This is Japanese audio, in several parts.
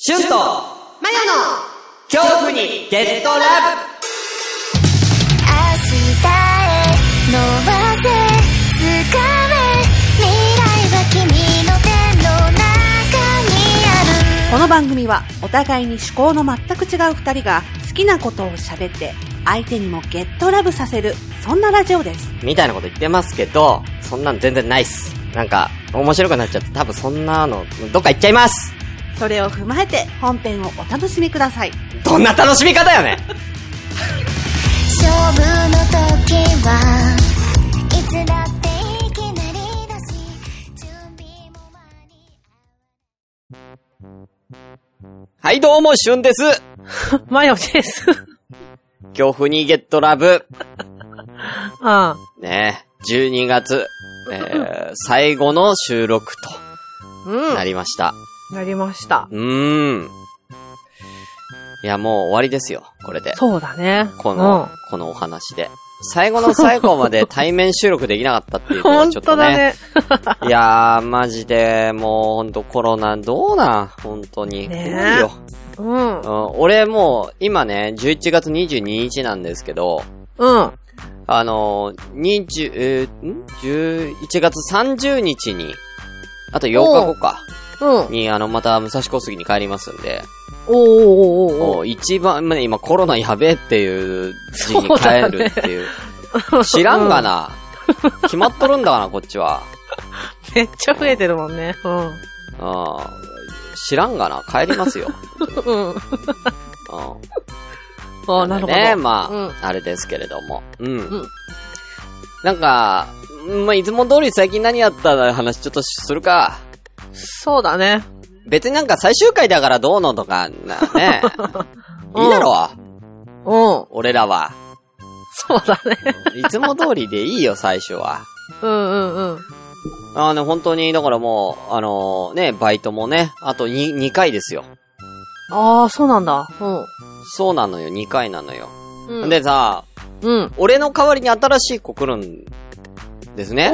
シュンとマヨの恐怖にゲットラブ。 明日へ伸ばせ掴め未来は君の手の中にある。 この番組はお互いに思考の全く違う二人が好きなことを喋って相手にもゲットラブさせる、そんなラジオです。 みたいなこと言ってますけど、そんなん全然ないっす。なんか面白くなっちゃって、多分そんなのどっか行っちゃいます。 それを踏まえて本編をお楽しみください。 どんな楽しみ方よね。 勝負の時はいつだっていきなりだし、準備も間に。 はいどうも、シュンです。 マヨです。 恐怖にゲットラブ。 ああねえ、12月、最後の収録となりました。 なりました。 いや、もう終わりですよ、これで。 そうだね。 このお話で。最後の最後まで対面収録できなかったっていうのはちょっとね。 本当だね。 いやー、マジで、もうほんとコロナどうなん本当に。 ねえ。 よ。俺もう、今ね、11月22日なんですけど、11月30日に、あと8日後か。に、また武蔵小杉に帰りますんで。一番、今コロナやべえっていう時に帰るっていう。知らんがな。決まっとるんだかな、こっちは。 めっちゃ増えてるもんね。 知らんがな、帰りますよ。 なるほど。 ね、まあ、あれですけれども。なんか、いつも通り最近何やった話ちょっとするか。 そうだね。 別になんか最終回だからどうのとか、ね。いいだろう。俺らは。 そうだね。 いつも通りでいいよ、最初は。ね、本当に、だからもう、ね、バイトもね、あと2回ですよ。 ああ、そうなんだ。 そうなのよ、2回なのよ。でさ、俺の代わりに新しい子来るんですね。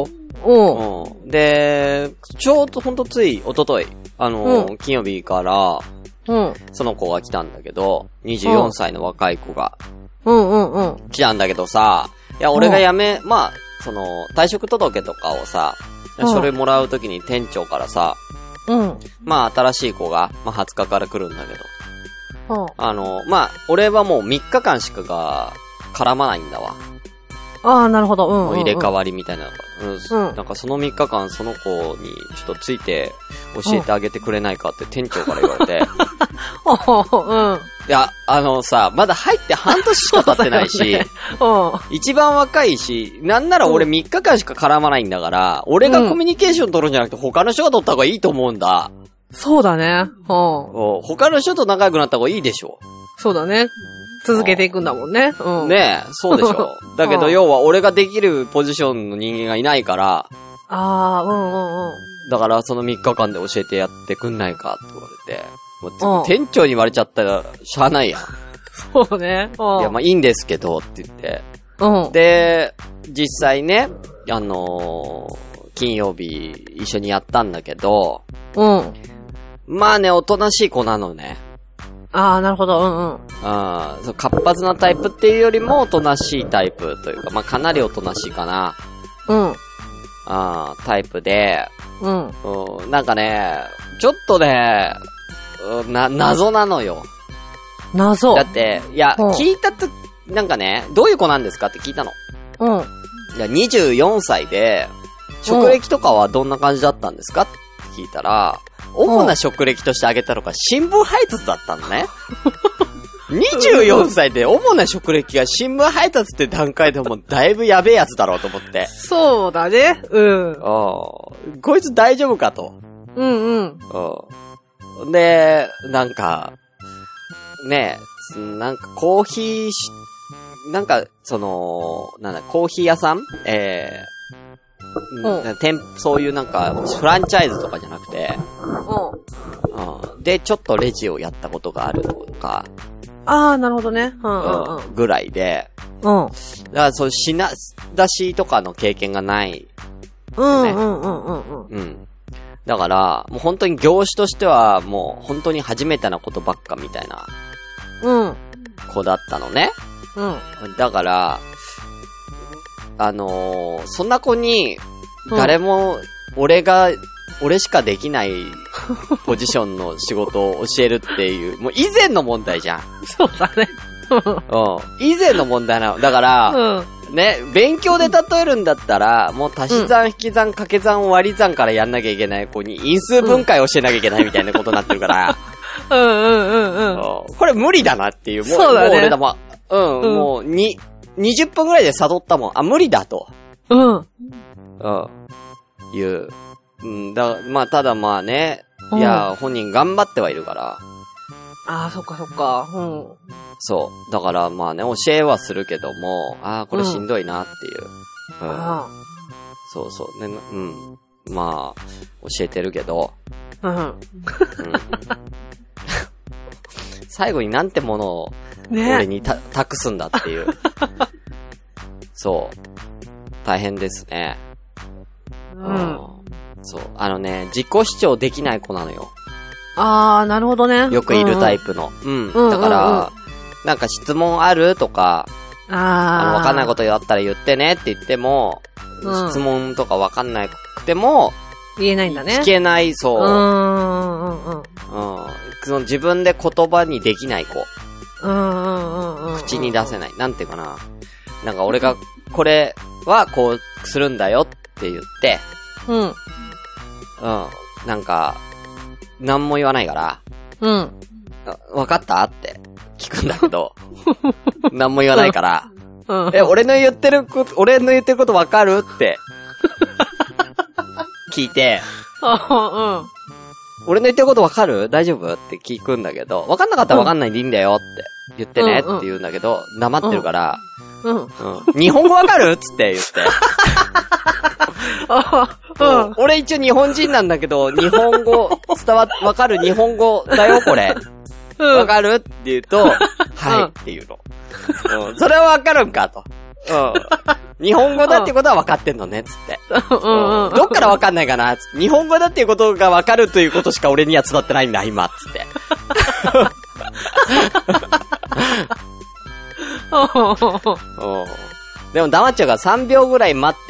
で、ちょうどほんとつい、おととい、金曜日から、その子が来たんだけど、24歳の若い子が、来たんだけどさ、いや、俺がまあ、退職届とかをさ、書類もらうときに店長からさ、まあ、新しい子が、まあ、20日から来るんだけど、まあ、俺はもう3日間しか絡まないんだわ。 ああ、なるほど。 もう入れ替わりみたいな。なんかその3日間その子にちょっとついて教えてあげてくれないかって店長から言われて。いや、さ、まだ入って半年しか経ってないし、一番若いし、なんなら俺3日間しか絡まないんだから、俺がコミュニケーション取るんじゃなくて他の人が取った方がいいと思うんだ。 そうだね。 他の人と仲良くなった方がいいでしょ。 そうだね。続けていくんだもんね。 ねえ、そうでしょ。だけど要は俺ができるポジションの人間がいないから、だからその3日間で教えてやってくんないかって言われて、もう店長に言われちゃったらしゃあないやん。 そうね。 いや、まあいいんですけどって言って。で、実際ね、金曜日一緒にやったんだけど、まあね、おとなしい子なのね。 ああ、なるほど。 そう、活発なタイプっていうよりもおとなしいタイプというか、まあかなりおとなしいかな。タイプで、なんかね、ちょっとね、謎なのよ。 謎？ だって、いや、聞いたと、なんかね、どういう子なんですかって聞いたの。いや、24歳で、職歴とかはどんな感じだったんですかって聞いたら、主な職歴として挙げたのが新聞配達だったのね。24歳で主な職歴が新聞配達って段階でもだいぶやべえやつだろうと思って。 そうだね。 こいつ大丈夫かと。で、なんか、ねえ、なんかコーヒー、なんか、コーヒー屋さんそういうなんか、フランチャイズとかじゃなくて、で、ちょっとレジをやったことがあるとか、 ああ、なるほどね。 ぐらいで、だからそう、品出しとかの経験がない。 だから、もう本当に業種としては、もう本当に初めてなことばっかみたいな、子だったのね。だから、そんな子に、誰も、俺しかできないポジションの仕事を教えるっていう、もう以前の問題じゃん。 そうだね。 以前の問題なの。だから、ね、勉強で例えるんだったら、もう足し算、引き算、掛け算、割り算からやんなきゃいけない子に因数分解を教えなきゃいけないみたいなことになってるから、これ無理だなっていう。 そうだね。 もう俺だもん。もう20分ぐらいで悟ったもん。あ、無理だと。いう。まあ、ただまあね、いや、本人頑張ってはいるから。 ああ、そっかそっか。 そう。だからまあね、教えはするけども、これしんどいなっていう。そうそうね。まあ、教えてるけど。最後になんてものを、俺に託すんだっていう。そう。大変ですね。そう。自己主張できない子なのよ。 あー、なるほどね。 よくいるタイプの。だから、なんか質問あるとか、わかんないことあったら言ってねって言っても、質問とかわかんなくても、 言えないんだね。 聞けない、そう。その自分で言葉にできない子。口に出せない。なんていうかな。なんか俺が、これはこうするんだよって言って、なんか、何も言わないから、わかったって聞くんだけど、何も言わないから、俺の言ってることわかるって聞いて、俺の言ってることわかる？大丈夫？って聞くんだけど、わかんなかったらわかんないでいいんだよって言ってねって言うんだけど、黙ってるから、日本語わかる？つって言って。俺一応日本人なんだけど、日本語わかる日本語だよこれ。わかるって言うと、はいって言うの。それはわかるんかと。日本語だっていうことは分かってんのね、つって。どっから分かんないかな、つって。日本語だっていうことが分かるということしか俺には伝ってないんだ、今、つって。でも黙っちゃうから3秒ぐらい待って、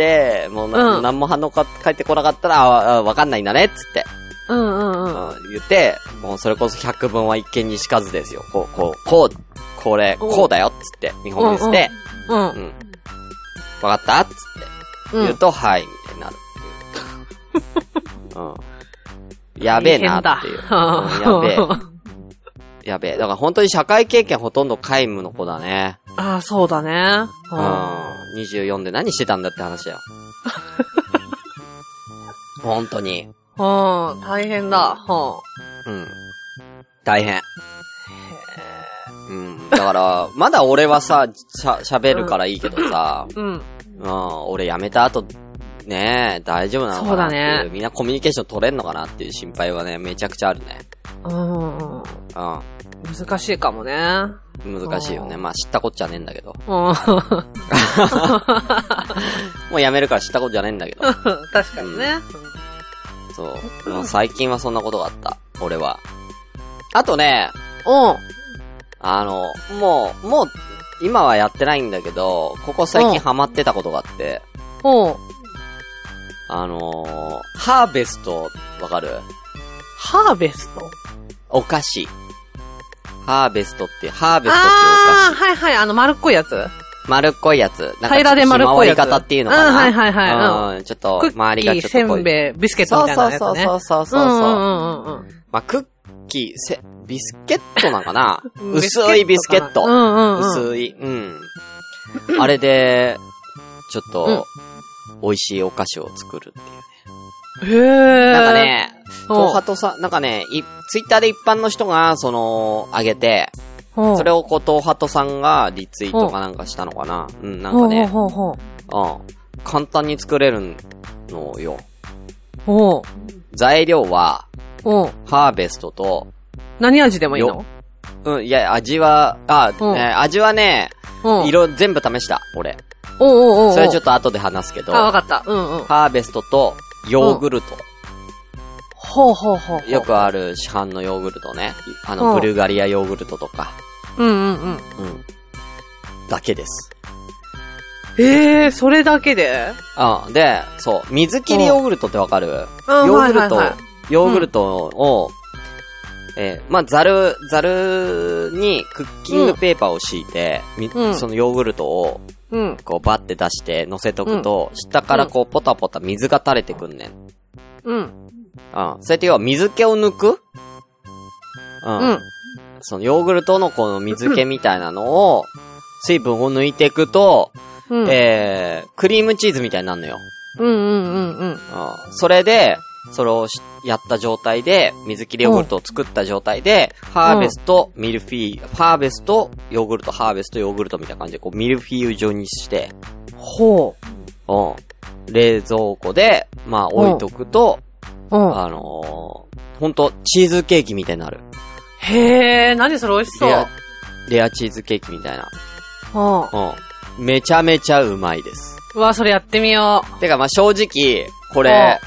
もう何も反応返ってこなかったら、分かんないんだね、つって。言って、もうそれこそ100分は一見にしかずですよ。こうだよ、つって。日本語でして。わかったつって。言うと、はい、みたいになるっていう。やべえなっていう。やべえ。だから本当に社会経験ほとんど皆無の子だね。 ああ、そうだね。 24で何してたんだって話だよ。本当に。 大変だ。 大変。だから、まだ俺はさ、喋るからいいけどさ、俺辞めた後、ね大丈夫なのかなっていう、そうだね。みんなコミュニケーション取れんのかなっていう心配はね、めちゃくちゃあるね。 難しいかもね。 難しいよね。まあ知ったこっちゃねえんだけど。もう辞めるから知ったこっちゃねえんだけど。 確かにね。 そう。もう最近はそんなことがあった。俺は。あとね、もう、今はやってないんだけど、ここ最近ハマってたことがあって、ハーベスト、わかる？ ハーベスト？ お菓子。ハーベストっていうお菓子。 はいはい、丸っこいやつ？ 丸っこいやつ。 なんか平で丸っこいやつ。 回り方っていうのかな？ はい。 ちょっと、周りがちょっとクッキー、せんべい、ビスケットみたいなやつね。 そう。まあ、クッキー、ビスケットなんかな？薄いビスケット。薄い。あれで、ちょっと、美味しいお菓子を作るっていうね。なんかね、東ハトさん、なんかね、ツイッターで一般の人が、あげて、それを東ハトさんがリツイートかなんかしたのかな。なんかね、簡単に作れるのよ。材料は、ハーベストと、 何味でもいいの？ いや、味はね、色全部試した、俺。それちょっと後で話すけど。 わかった。 ハーベストと、ヨーグルト。 ほうほうほう。 よくある市販のヨーグルトね。ブルガリアヨーグルトとか。 うん。 だけです。 それだけで？ で、そう、水切りヨーグルトってわかる？ヨーグルトを、ザルにクッキングペーパーを敷いて、そのヨーグルトを、こうバッて出して乗せとくと、下からこうポタポタ水が垂れてくんねん。それって要は水気を抜く？そのヨーグルトのこの水気みたいなのを、水分を抜いていくと、クリームチーズみたいになるのよ。それで、それをやった状態で、水切りヨーグルトを作った状態で、ハーベスト、ミルフィーユ、ハーベスト、ヨーグルト、ハーベスト、ヨーグルトみたいな感じで、こう、ミルフィーユ状にして、冷蔵庫で、置いとくと、ほんと、チーズケーキみたいになる。 へー、何それ美味しそう。 レアチーズケーキみたいな。めちゃめちゃうまいです。 うわ、それやってみよう。てか、正直、これ、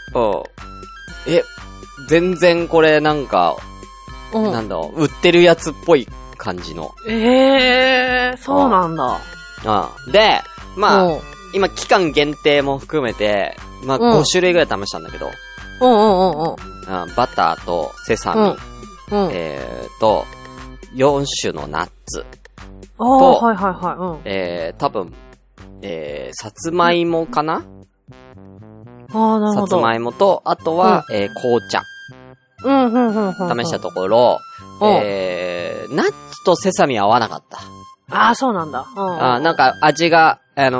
全然これなんか、なんだ、売ってるやつっぽい感じの。 そうなんだ。 で、今期間限定も含めて、5種類ぐらい試したんだけど、バターとセサミ、4種のナッツと、多分、さつまいもかな？さつまいもと、あとは、紅茶。試したところ、ナッツとセサミは合わなかった。 そうなんだ。 なんか味が、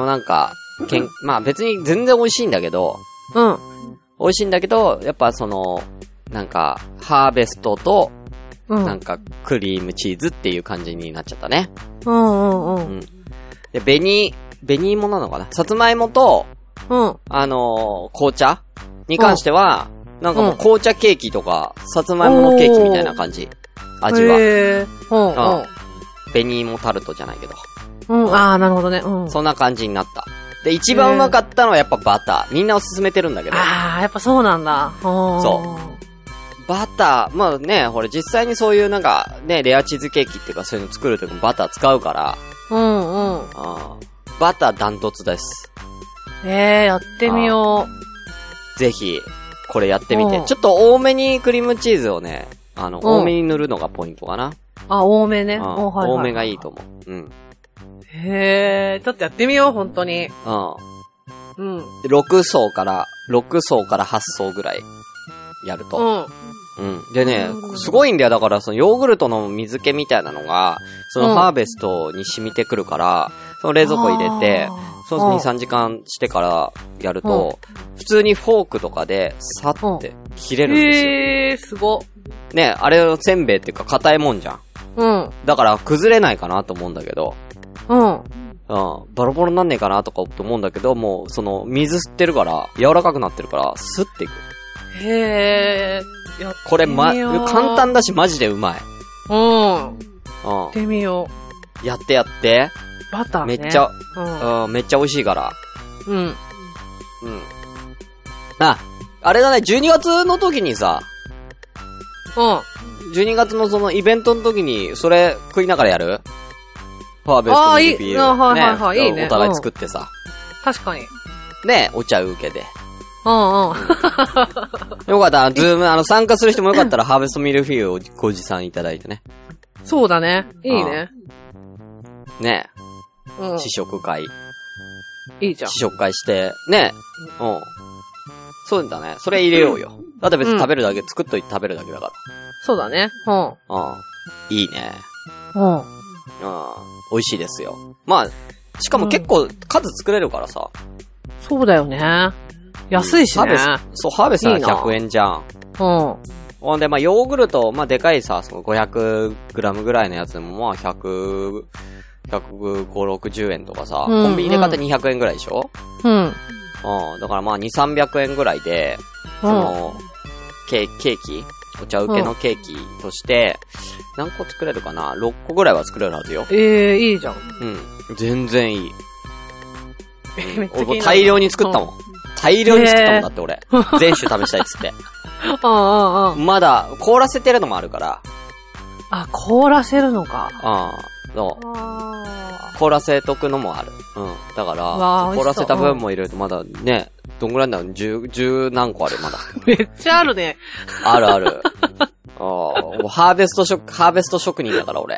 別に全然美味しいんだけど、美味しいんだけど、やっぱなんか、ハーベストと、なんか、クリームチーズっていう感じになっちゃったね。で、紅芋なのかな？さつまいもと、紅茶に関しては、なんかもう紅茶ケーキとか、さつまいものケーキみたいな感じ。味は。紅芋タルトじゃないけど。 なるほどね。 そんな感じになった。で、一番うまかったのはやっぱバター。みんなおすすめてるんだけど。 やっぱそうなんだ。 そう。バター、ほら実際にそういうなんか、レアチーズケーキっていうかそういうの作るときもバター使うから。バターダントツです。 やってみよう。ぜひ、これやってみて。ちょっと多めにクリームチーズをね、多めに塗るのがポイントかな。 多めね。 多めがいいと思う。 ちょっとやってみよう、本当に。 6層から8層ぐらいやると。でね、すごいんだよ。だからそのヨーグルトの水気みたいなのが、そのハーベストに染みてくるから、その冷蔵庫入れて、そう2、3時間してからやると、普通にフォークとかで、さって切れるんですよ。 すご。 ね、あれせんべいっていうか硬いもんじゃん。だから崩れないかなと思うんだけど。バロバロになんねえかなとか思うんだけど、もうその水吸ってるから、柔らかくなってるから、スッていく。これ簡単だしマジでうまい。 やってみよう。やってやって。 バターね。 めっちゃ、めっちゃ美味しいから。あれだね、12月の時にさ、12月のそのイベントの時に、それ食いながらやる？ハーベストミルフィーユ。いいね。お互い作ってさ。 確かに。 ね、お茶受けで。よかった、参加する人もよかったらハーベストミルフィーユをご持参いただいてね。 そうだね。いいね。 ね。試食会。 いいじゃん。 試食会して、ね。そうだね。それ入れようよ。だって別に食べるだけ、作っといて食べるだけだから。 そうだね。 いいね。美味しいですよ。しかも結構数作れるからさ。 そうだよね。安いしね。 そう、ハーベストは100円じゃん。ほんで、ヨーグルト、でかいさ、その500グラムぐらいのやつでも、150、60円とかさ、コンビニで買って200円ぐらいでしょ？だから2、300円ぐらいで、その、ケーキお茶受けのケーキとして、何個作れるかな ?6 個ぐらいは作れるはずよ。 いいじゃん。 全然いい。俺大量に作ったもん。 大量に作ったもんだって俺。全種試したいっつって。まだ、凍らせてるのもあるから。 あ、凍らせるのか。 そう。凍らせとくのもある。だから、凍らせた分も入れるとまだね、どんぐらいだろう 10何個あるまだ。 めっちゃあるね。 あるある。ハーベスト職人だから俺。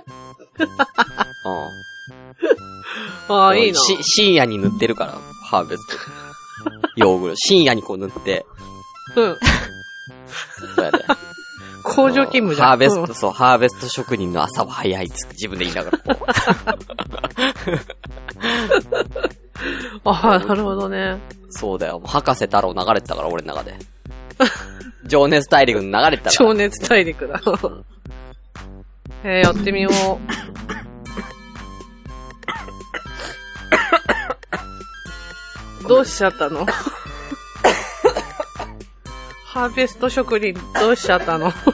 いいな。深夜に塗ってるから、ハーベスト。ヨーグルト。深夜にこう塗って。そうやで。 工場勤務じゃん。 ハーベスト、そう、ハーベスト職人の朝は早いっつって自分で言いながらこう。なるほどね。 そうだよ。博士太郎流れてたから、俺の中で。情熱大陸の流れてたから。 情熱大陸だ。やってみよう。どうしちゃったの？ハーベスト職人どうしちゃったの？ハ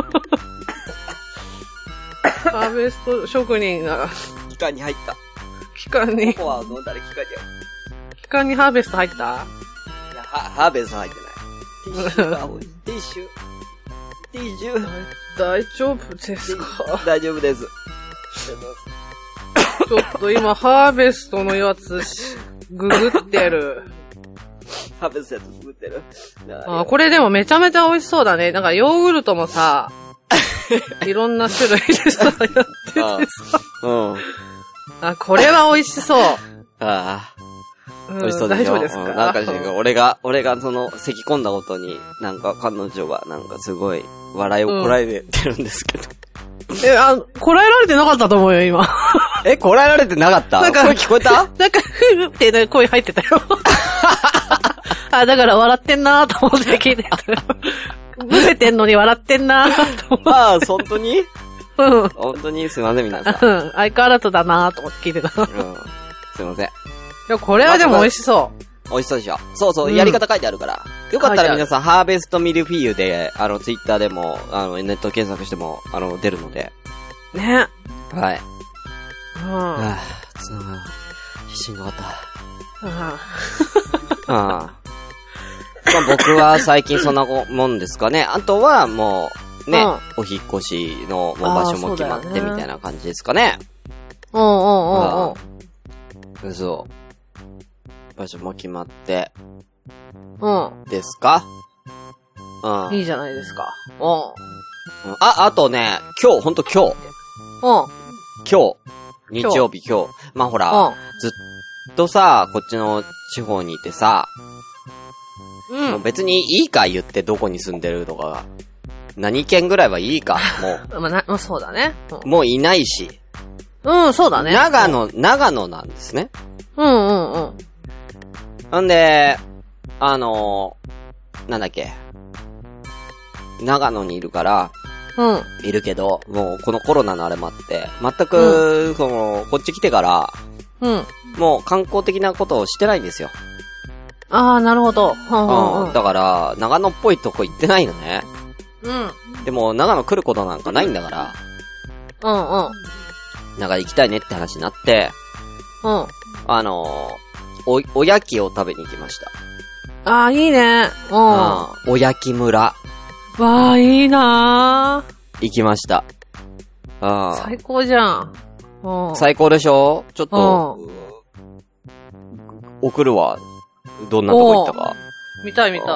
ーベスト職人が機関に入った。 機関に。 ココア飲んだら機関に。 機関にハーベスト入った？いや、 ハーベスト入ってない。ティッシュ。 大丈夫ですか？ 大丈夫です。 ちょっと今ハーベストのやつググってる。 ハーベストやつググってる。 これでもめちゃめちゃ美味しそうだね。なんかヨーグルトもさ、いろんな種類でさ、やっててさ。これは美味しそう。 美味しそうでしょ。大丈夫ですか？なんか俺がその、咳込んだことに、なんか彼女がなんかすごい笑いをこらえてるんですけど。 こらえられてなかったと思うよ、今。 こらえられてなかった？なんか声聞こえた？ なんか、ふーって声入ってたよ。だから笑ってんなーと思って聞いてたよ。むせてんのに笑ってんなーと思って。 本当に？本当にすいません、皆さん。 相変わらずだなーと思って聞いてた。 すいません。 いや、これはでも美味しそう。 美味しそうでしょ。そうそう、やり方書いてあるから。よかったら皆さん、ハーベストミルフィーユで、ツイッターでも、ネット検索しても、出るので。 ね。 はい。しんどかった。僕は最近そんなもんですかね。あとはもう、ね、お引っ越しの場所も決まってみたいな感じですかね。そう。場所も決まって。ですか？ いいじゃないですか。 あとね、今日。日曜日今日。まあ、ほら、ずっとさ、こっちの地方にいてさ、もう別にいいか言ってどこに住んでるとか、何県ぐらいはいいか、もう。そうだね。 もういないし。 そうだね。 長野なんですね。んで、なんだっけ。長野にいるから、いるけど、もうこのコロナのあれもあって、全く、こっち来てから、もう観光的なことをしてないんですよ。 なるほど。 だから、長野っぽいとこ行ってないのね。でも、長野来ることなんかないんだから、なんか行きたいねって話になって、おやきを食べに行きました。 いいね。 おやき村。 わー、いいなー。行きました。 最高じゃん。 最高でしょ？ちょっと、送るわ。どんなとこ行ったか。 見たい。ね。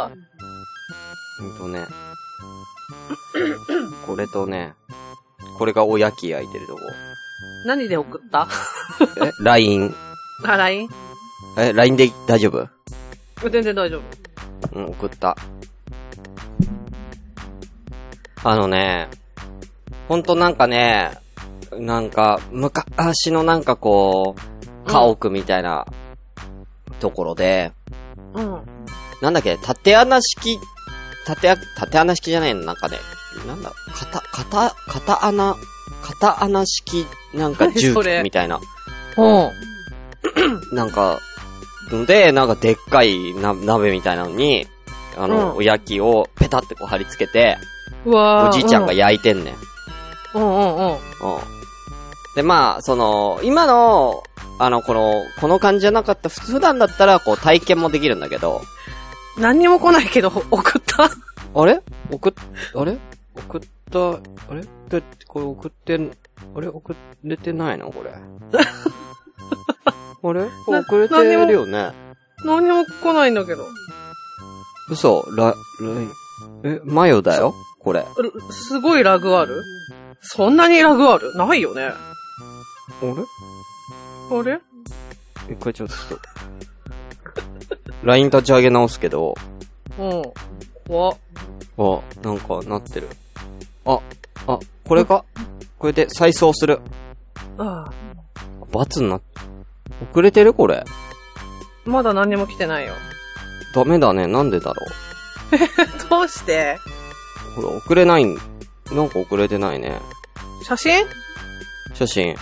これとね、これがおやき焼いてるとこ。 何で送った？ LINE。 LINE？ LINE で大丈夫？ 全然大丈夫。 送った。ほんとなんかね、なんか、昔のなんかこう、家屋みたいなところで、なんだっけ、縦穴式じゃないの、なんかね、なんだ、片穴式、なんか住居みたいな。なんか、で、なんかでっかい鍋みたいなのに、おやきをペタってこう貼り付けて、おじいちゃんが焼いてんねん。で、まあ、今の、この感じじゃなかった、普段だったら、こう、体験もできるんだけど、 何にも来ないけど、送ったあれ送った、あれで、これ送れてないのこれ。あれ遅れてるよね。 何にも来ないんだけど。 嘘、マヨだよこれ。 すごいラグある？そんなにラグある？ないよね。あれ一回ちょっと。LINE 立ち上げ直すけど。 怖っ。 なんかなってる。これか。これで再送する。罰になって。遅れてるこれ。 まだ何にも来てないよ。 ダメだね。なんでだろう。どうして？ ほら、遅れない。なんか遅れてないね。 写真。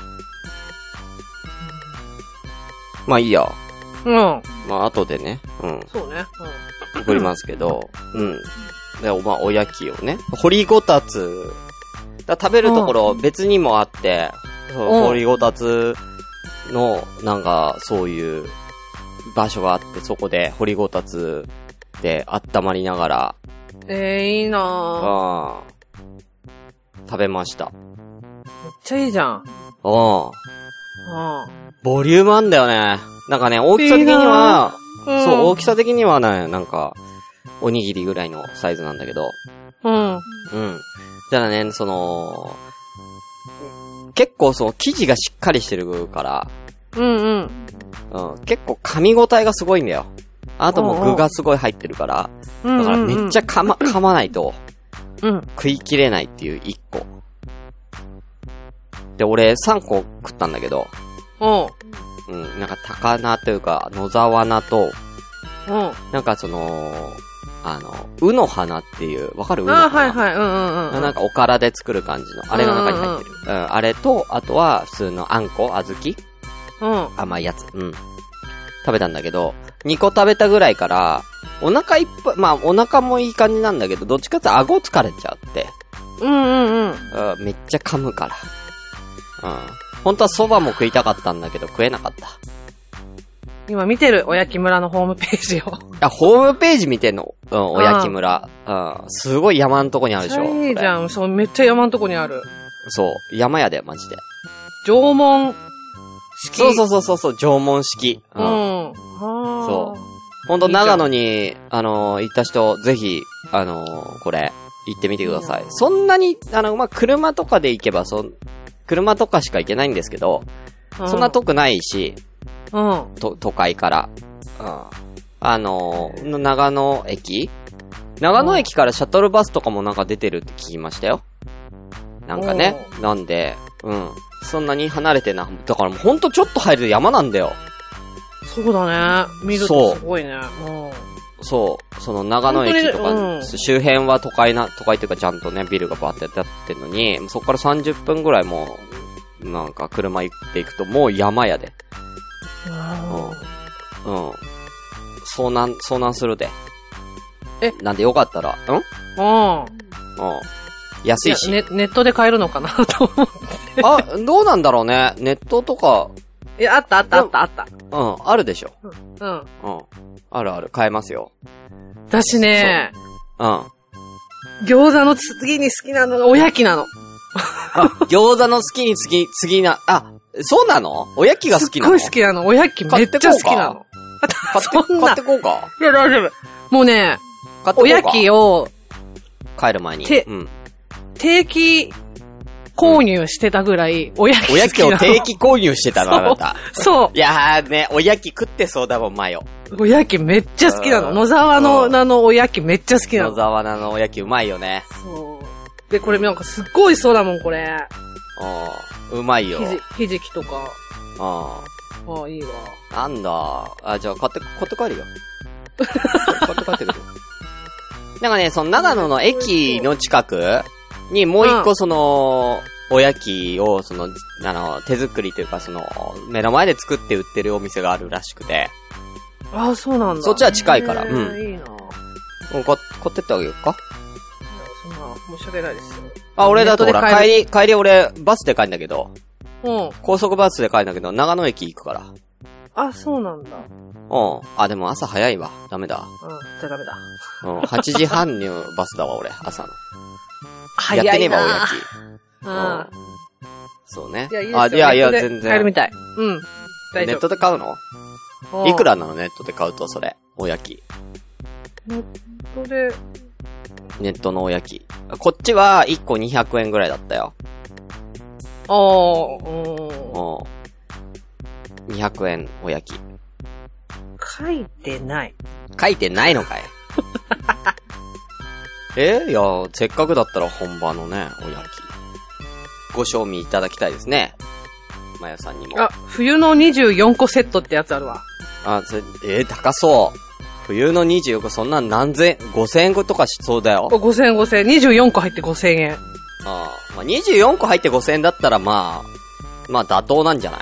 まあいいや。まあ後でね。 そうね。送りますけど。で、おやきをね。掘りごたつ。食べるところ別にもあって、掘りごたつの、なんか、そういう場所があって、そこで掘りごたつで温まりながら。 いいなぁ。 食べました。 めっちゃいいじゃん。 ボリュームあんだよね。なんかね、大きさ的には、大きさ的にはね、なんか、おにぎりぐらいのサイズなんだけど。じゃあね、結構生地がしっかりしてるから、結構噛み応えがすごいんだよ。あとも具がすごい入ってるから、だからめっちゃ噛まないと、食い切れないっていう1個。で、俺3個食ったんだけど、なんか高菜というか、野沢菜と、なんかうの花っていう、わかる？うの花。なんかおからで作る感じの、あれが中に入ってる。あれと、あとは普通のあんこ、小豆。甘いやつ。食べたんだけど、2個食べたぐらいから、お腹いっぱい、まあお腹もいい感じなんだけど、どっちかって顎疲れちゃって。めっちゃ噛むから。本当は蕎麦も食いたかったんだけど、食えなかった。 今見てる、おやき村のホームページを。 ホームページ見てんの。おやき村。すごい山んとこにあるでしょ。 いいじゃん。そう、めっちゃ山んとこにある。 そう、山やで、マジで。 縄文式。 そう、縄文式。そう。ほんと、長野に、行った人、ぜひ、これ、行ってみてください。そんなに、まあ、車とかで行けば、車とかしか行けないんですけど、そんな遠くないし、都会から。長野駅からシャトルバスとかもなんか出てるって聞きましたよ。なんかね。なんで、そんなに離れてな。だからもうほんとちょっと入ると山なんだよ。 そうだね。見るとすごいね。 そう。その長野駅とか、周辺は都会っていうかちゃんとね、ビルがバーってやってんのに、そこから30分ぐらいもう、なんか車行っていくともう山やで。遭難するで。なんでよかったら、安いし。 ネットで買えるのかなと思って。 どうなんだろうね。ネットとか。 いや、あった。 あるでしょ。ある、買えますよ。 私ね、餃子の次に好きなのがおやきなの。 餃子の次な、そうなの？おやきが好きなの？ すっごい好きなの。おやきめっちゃ好きなの。 買ってこうか。 いや、大丈夫。もうね、おやきを、 帰る前に。 定期購入してたぐらい、おやき好きなの。 おやきを定期購入してたの、あなた。 そう。 いやーね、おやき食ってそうだもん、マヨ。 おやきめっちゃ好きなの。野沢の名のおやきめっちゃ好きなの。 野沢菜のおやきうまいよね。 そう。で、これなんかすっごいそうだもん、これ。 うまいよ。 ひじきとか。いいわ。 なんだ。じゃあ買って帰るよ。買って帰ってくる。なんかね、その長野の駅の近くにもう一個おやきを、手作りというか目の前で作って売ってるお店があるらしくて。 そうなんだ。 そっちは近いから。いいな。買ってってあげようか。 そんな、申し訳ないですよ。 俺だとほら、帰り俺、バスで帰るんだけど。高速バスで帰るんだけど、長野駅行くから。 あ、そうなんだ。 あ、でも朝早いわ。ダメだ。 じゃあダメだ。 8時半にバスだわ、俺、朝の。 早いな。 やってねえば、おやき。そうね。いや、全然。 買えるみたい。大丈夫。 ネットで買うの？いくらなのネットで買うと、それ。おやき。 ネットのおやき。 こっちは1個200円ぐらいだったよ。200円おやき。 書いてない。 書いてないのかいいや、せっかくだったら本場のね、おやき。ご賞味いただきたいですね。まやさんにも。 冬の24個セットってやつあるわ。 高そう。冬の24個、そんなん5000円とかしそうだよ。 5000円。24個入って5000円。 24個入って5000円だったらまあ妥当なんじゃない？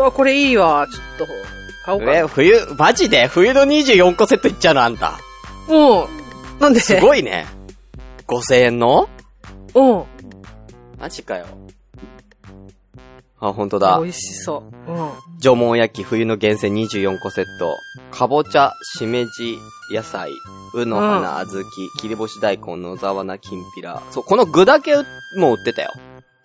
これいいわ。ちょっと、買おうかな。 マジで冬の24個セットいっちゃうのあんた。 なんで？ すごいね。5000円の？マジかよ。ほんとだ。 美味しそう。 縄文焼き冬の厳選24個セット。かぼちゃ、しめじ、野菜、うの花、あずき、切り干し大根、野沢菜、きんぴら。そう、この具だけも売ってたよ。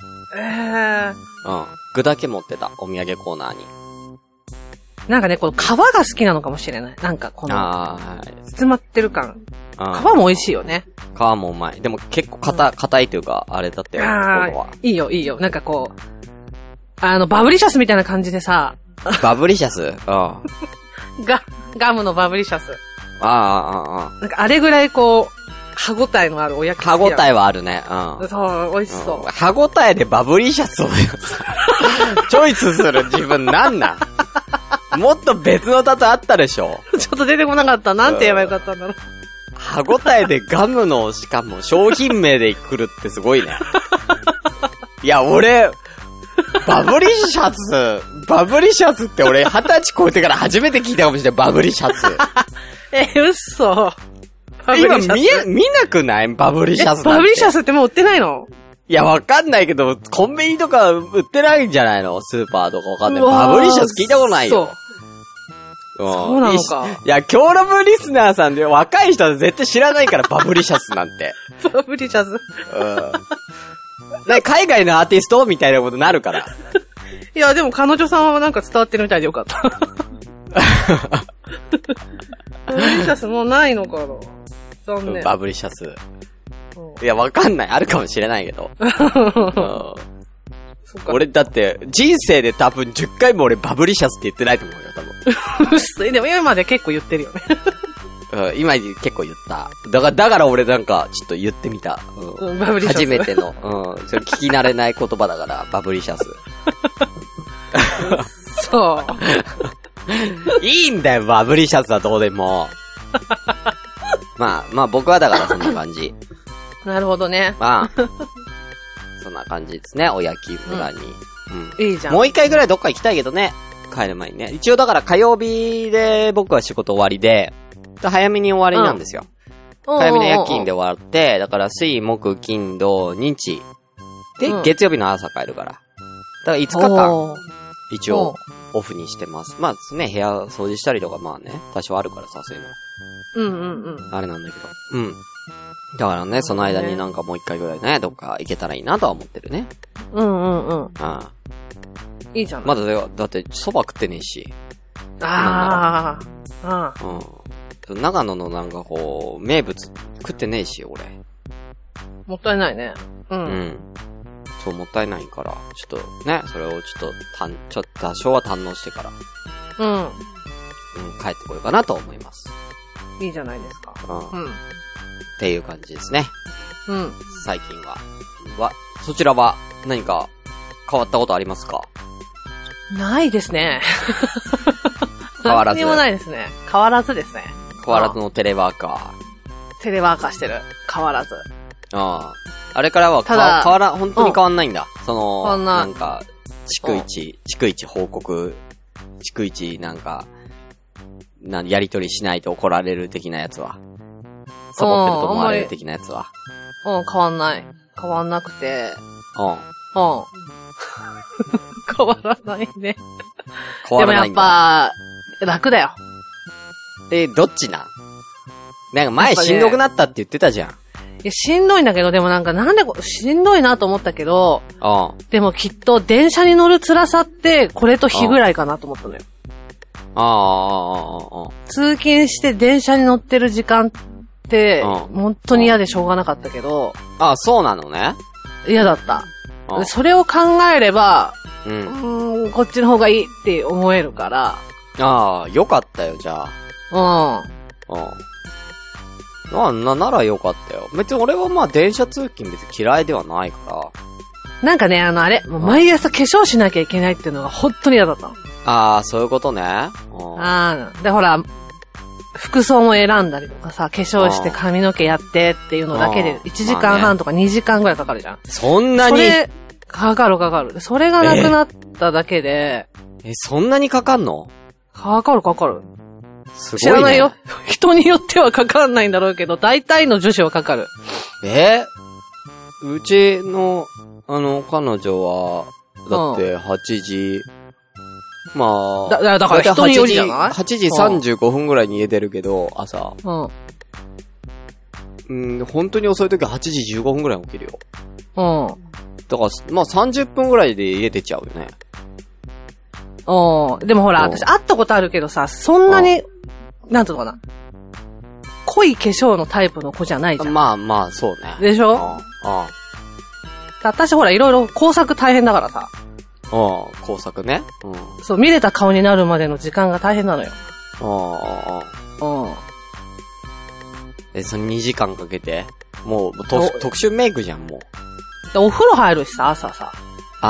具だけ持ってた。お土産コーナーに。 なんかね、この皮が好きなのかもしれない。なんかこの、包まってる感。皮も美味しいよね。 皮もうまい。でも結構硬いというか、あれだったよ。 いいよ。なんかこう、バブリシャスみたいな感じでさ。 バブリシャス？ ガムのバブリシャス。なんかあれぐらいこう、歯応えのあるおやき。 歯応えはあるね。 そう、美味しそう。 歯応えでバブリシャスをチョイスする自分なんもっと別の例えあったでしょ。 ちょっと出てこなかった。なんて言えばよかったんだろう。 歯応えでガムの、しかも商品名で来るってすごいね。いや、俺、バブリシャスって俺20歳超えてから初めて聞いたかもしれない。バブリシャス。 嘘。 今見なくない？バブリシャスなんて。 バブリシャスってもう売ってないの？ いや、わかんないけど、コンビニとか売ってないんじゃないの？スーパーとかわかんない。バブリシャス聞いたことないよ。 そうなのか。 いや、今日ラブリスナーさんで若い人は絶対知らないから、バブリシャスなんて。 バブリシャス。 海外のアーティストみたいなことになるから。 いや、でも彼女さんはなんか伝わってるみたいでよかった。バブリシャスもうないのかな。残念。 バブリシャス。いや、わかんない。あるかもしれないけど。俺だって、人生で多分10回も俺バブリシャスって言ってないと思うよ、多分。でも今まで結構言ってるよね。 今結構言った。だから俺なんかちょっと言ってみた。 バブリシャス。 初めての。それ聞き慣れない言葉だから、バブリシャス。 そう。 いいんだよ、バブリシャスはどうでも。まあ僕はだからそんな感じ。 なるほどね。 そんな感じですね、おやき村に。 いいじゃん。 もう一回ぐらいどっか行きたいけどね。帰る前にね。一応だから火曜日で僕は仕事終わりで、早めに終わりなんですよ。早めの夜勤で終わって、だから水、木、金、土、日。で、月曜日の朝帰るから。だから5日間、一応、オフにしてます。まあね、部屋掃除したりとかまあね、多少あるからさ、そういうの。あれなんだけど。だからね、その間になんかもう一回ぐらいね、どっか行けたらいいなとは思ってるね。 いいじゃん。 まだだって、蕎麦食ってねえし。長野のなんかこう、名物食ってねえし、俺。 もったいないね。 そう、もったいないから、ちょっとね、それをちょっと多少は堪能してから。帰ってこようかなと思います。 いいじゃないですか。 っていう感じですね。最近は。そちらは何か変わったことありますか？ ないですね。 変わらず。 何にもないですね。変わらずですね。 変わらずのテレワーカー。 テレワーカーしてる。変わらず。 あれからは本当に変わんないんだ。なんか、逐一報告、逐一なんか、やりとりしないと怒られる的なやつは。サボってると思われる的なやつは。 変わんない。変わんなくて。変変わらないね。 変わらないんだ。 でもやっぱ、楽だよ。 どっちなんか前しんどくなったって言ってたじゃん。 いや、しんどいんだけど、でもなんでしんどいなと思ったけど、でもきっと電車に乗る辛さって、これと比ぐらいかなと思ったのよ。通勤して電車に乗ってる時間って、本当に嫌でしょうがなかったけど。 そうなのね。 嫌だった。それを考えれば、こっちの方がいいって思えるから。 よかったよ、じゃあ。ならよかったよ。別に俺はまあ電車通勤別に嫌いではないから。 なんかね、もう毎朝化粧しなきゃいけないっていうのが本当に嫌だったの。 そういうことね。 で、ほら、服装も選んだりとかさ、化粧して髪の毛やってっていうのだけで1時間半とか2時間ぐらいかかるじゃん。 そんなに？ それ、かかる。それがなくなっただけで。 そんなにかかんの？ かかる。 すごいね。 知らないよ。人によってはかかんないんだろうけど、大体の女子はかかる。 うちの、彼女は、だって8時、まあ、 だから人によりじゃない ?8 時35分ぐらいに家出るけど、朝。本当に遅い時は8時15分ぐらい起きるよ。だから、まあ30分ぐらいで家出ちゃうよね。 でもほら、私会ったことあるけどさ、そんなに、なんていうのかな。濃い化粧のタイプの子じゃないじゃん。 まあ、そうね。 でしょ？私ほら、いろいろ工作大変だからさ。 工作ね。 そう、見れた顔になるまでの時間が大変なのよ。 その2時間かけて、もう、特殊メイクじゃん、もう。お風呂入るしさ、朝さ。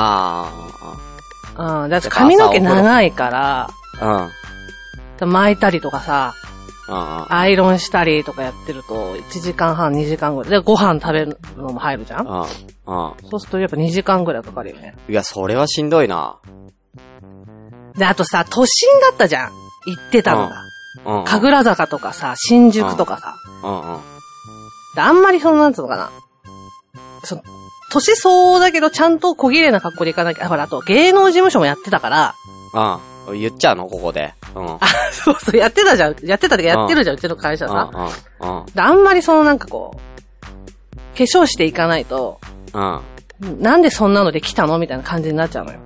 だって髪の毛長いから、巻いたりとかさ、アイロンしたりとかやってると、1時間半、2時間ぐらい。で、ご飯食べるのも入るじゃん？そうするとやっぱ2時間ぐらいかかるよね。 いや、それはしんどいな。 で、あとさ、都心だったじゃん。行ってたのが。神楽坂とかさ、新宿とかさ。で、あんまりなんつうのかな。年相応だけどちゃんと小綺麗な格好で行かなきゃ。ほら、あと芸能事務所もやってたから。 言っちゃうのここで。 そう、やってたじゃん。やってたってやってるじゃん、うちの会社さ。で、あんまりなんかこう、化粧していかないと、なんでそんなので来たのみたいな感じになっちゃうのよ。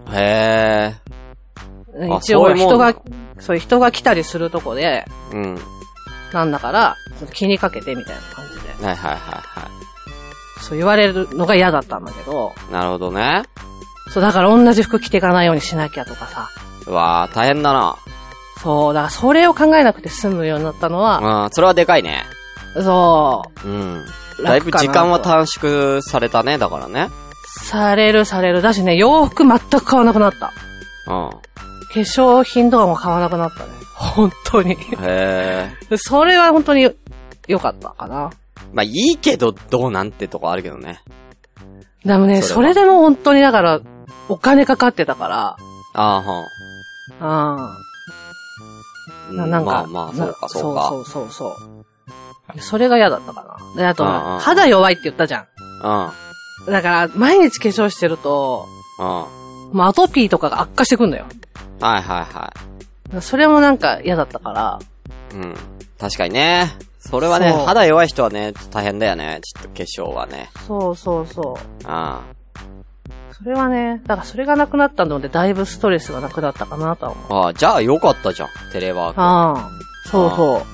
一応人が来たりするとこで、なんだから、ちょっと気にかけてみたいな感じで。そう言われるのが嫌だったんだけど。 なるほどね。 そう、だから同じ服着ていかないようにしなきゃとかさ。 うわー、大変だな。 そう、だからそれを考えなくて済むようになったのは。 それはでかいね。 そう。 だいぶ時間は短縮されたね、だからね。 される。だしね、洋服全く買わなくなった。化粧品とかも買わなくなったね。本当に。それは本当に良かったかな。 まあいいけど、どうなんてとこあるけどね。 でもね、それでも本当にだから、お金かかってたから。なんか、 まあ、そうか。 そう。それが嫌だったかな。で、あと、肌弱いって言ったじゃん。だから、毎日化粧してると、もうアトピーとかが悪化してくんだよ。それもなんか嫌だったから。 確かにね。それはね、肌弱い人はね、大変だよね。ちょっと化粧はね。 そう。それはね、だからそれがなくなったので、だいぶストレスがなくなったかなとは思う。 じゃあよかったじゃん。テレワーク。 そう。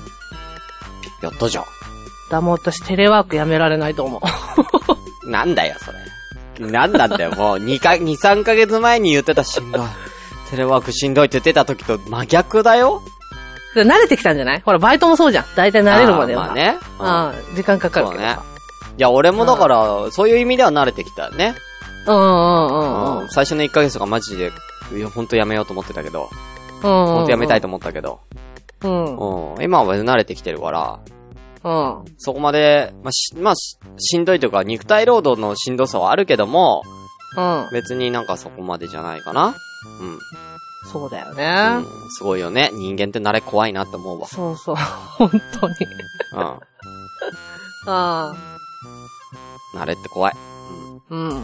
やったじゃん。 もう私テレワークやめられないと思う。なんだよ、それ。なんなんだよ、もう2、3ヶ月前に言ってたしんどい。テレワークしんどいって言ってた時と真逆だよ。 慣れてきたんじゃない？ほら、バイトもそうじゃん。だいたい慣れるまでは。 まあね。 時間かかるけど。そうね。 いや、俺もだから、そういう意味では慣れてきたよね。最初の1ヶ月とかマジで、ほんとやめようと思ってたけど。ほんとやめたいと思ったけど。今は慣れてきてるから。そこまで、まあ、しんどいというか、肉体労働のしんどさはあるけども、別になんかそこまでじゃないかな。 そうだよね。 すごいよね。人間って慣れ怖いなって思うわ。 そう。本当に。 慣れって怖い。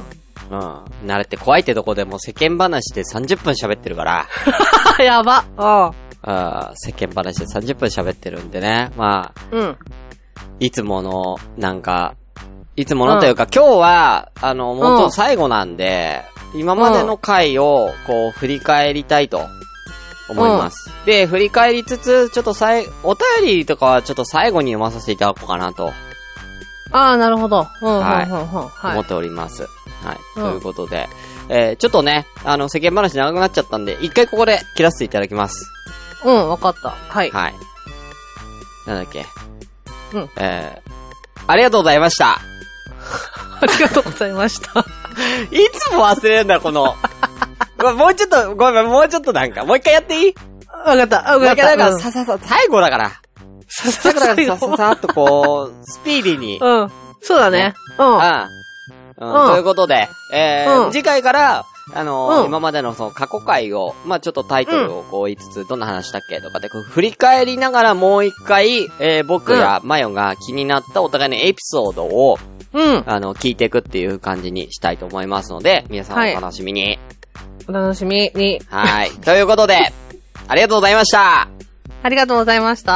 うん。慣れて怖いってとこでも世間話で30分喋ってるから。 やば。 世間話で30分喋ってるんでね。まあ。うん。いつもの、なんか、いつものというか、今日は、もうちょっと最後なんで、今までの回を、こう、振り返りたいと思います。で、振り返りつつ、ちょっとお便りとかはちょっと最後に読まさせていただこうかなと。 ああ、なるほど。 はい。思っております。はい。ということで、ちょっとね、世間話長くなっちゃったんで、一回ここで切らせていただきます。 うん、わかった。はい。 はい。なんだっけ。うん。ありがとうございました。 ありがとうございました。 いつも忘れるんだ、この。もうちょっと、ごめん、もうちょっとなんか、もう一回やっていい？ わかった。 もう一回なんか、最後だから。最後だからさっとこう、スピーディーに。 うん。そうだね。 ということで、次回から、今までのその過去回を、まあちょっとタイトルをこう言いつつ、どんな話したっけとかで、振り返りながらもう一回、僕やマヨが気になったお互いのエピソードを、聞いていくっていう感じにしたいと思いますので、皆さんお楽しみに。 お楽しみに。 はい。ということで、ありがとうございました。 ありがとうございました。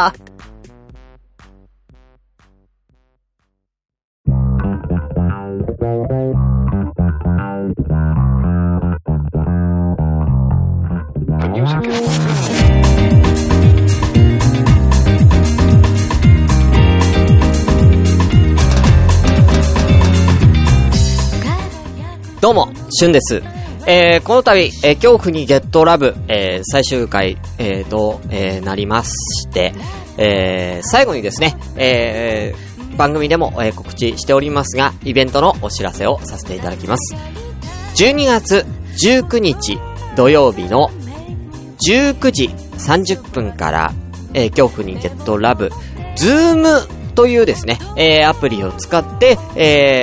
どうも、しゅんです。この度、恐怖にゲットラブ、最終回、と、なりまして、最後にですね、番組でも、告知しておりますが、イベントのお知らせをさせていただきます。12月19日土曜日の19時30分から、恐怖にゲットラブ、ズームというですね、アプリを使って、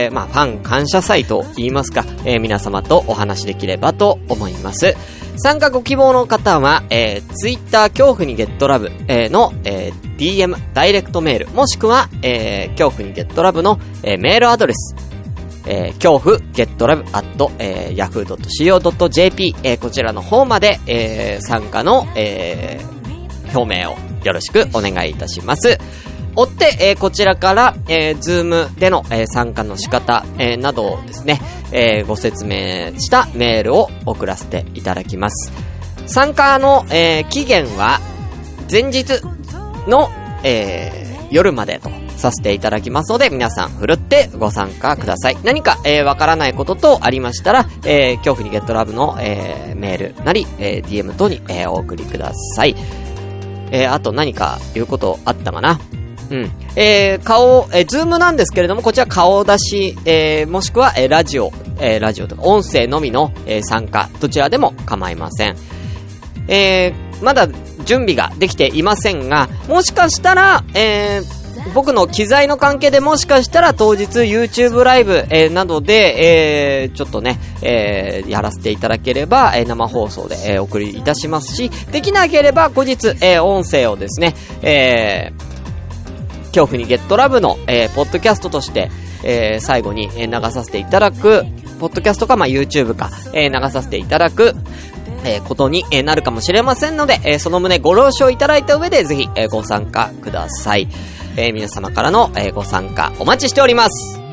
まあ、ファン感謝祭と言いますか、皆様とお話できればと思います。参加ご希望の方は、Twitter 恐怖にゲットラブ、の、DM ダイレクトメール、もしくは、恐怖にゲットラブの、メールアドレス、恐怖ゲットラブ@yahoo.co.jp、こちらの方まで、参加の、表明をよろしくお願いいたします。追って、こちらから、ズームでの、参加の仕方、などをですね、ご説明したメールを送らせていただきます。参加の、期限は前日の、夜までとさせていただきますので、皆さんふるってご参加ください。何か、わからないこととありましたら、恐怖にゲットラブの、メールなり、DM 等に、お送りください。あと何か言うことあったかな？うん。ズームなんですけれども、こちら顔出し、もしくは、ラジオとか、音声のみの、参加、どちらでも構いません。まだ準備ができていませんが、もしかしたら、僕の機材の関係でもしかしたら当日 YouTube ライブ、などで、ちょっとね、やらせていただければ、生放送で、お送りいたしますし、できなければ後日、音声をですね、恐怖にゲットラブの、ポッドキャストとして、最後に、流させていただく、ポッドキャストか、まあ、YouTube か、流させていただく、ことに、なるかもしれませんので、その旨ご了承いただいた上で、ぜひ、ご参加ください。皆様からの、ご参加お待ちしております。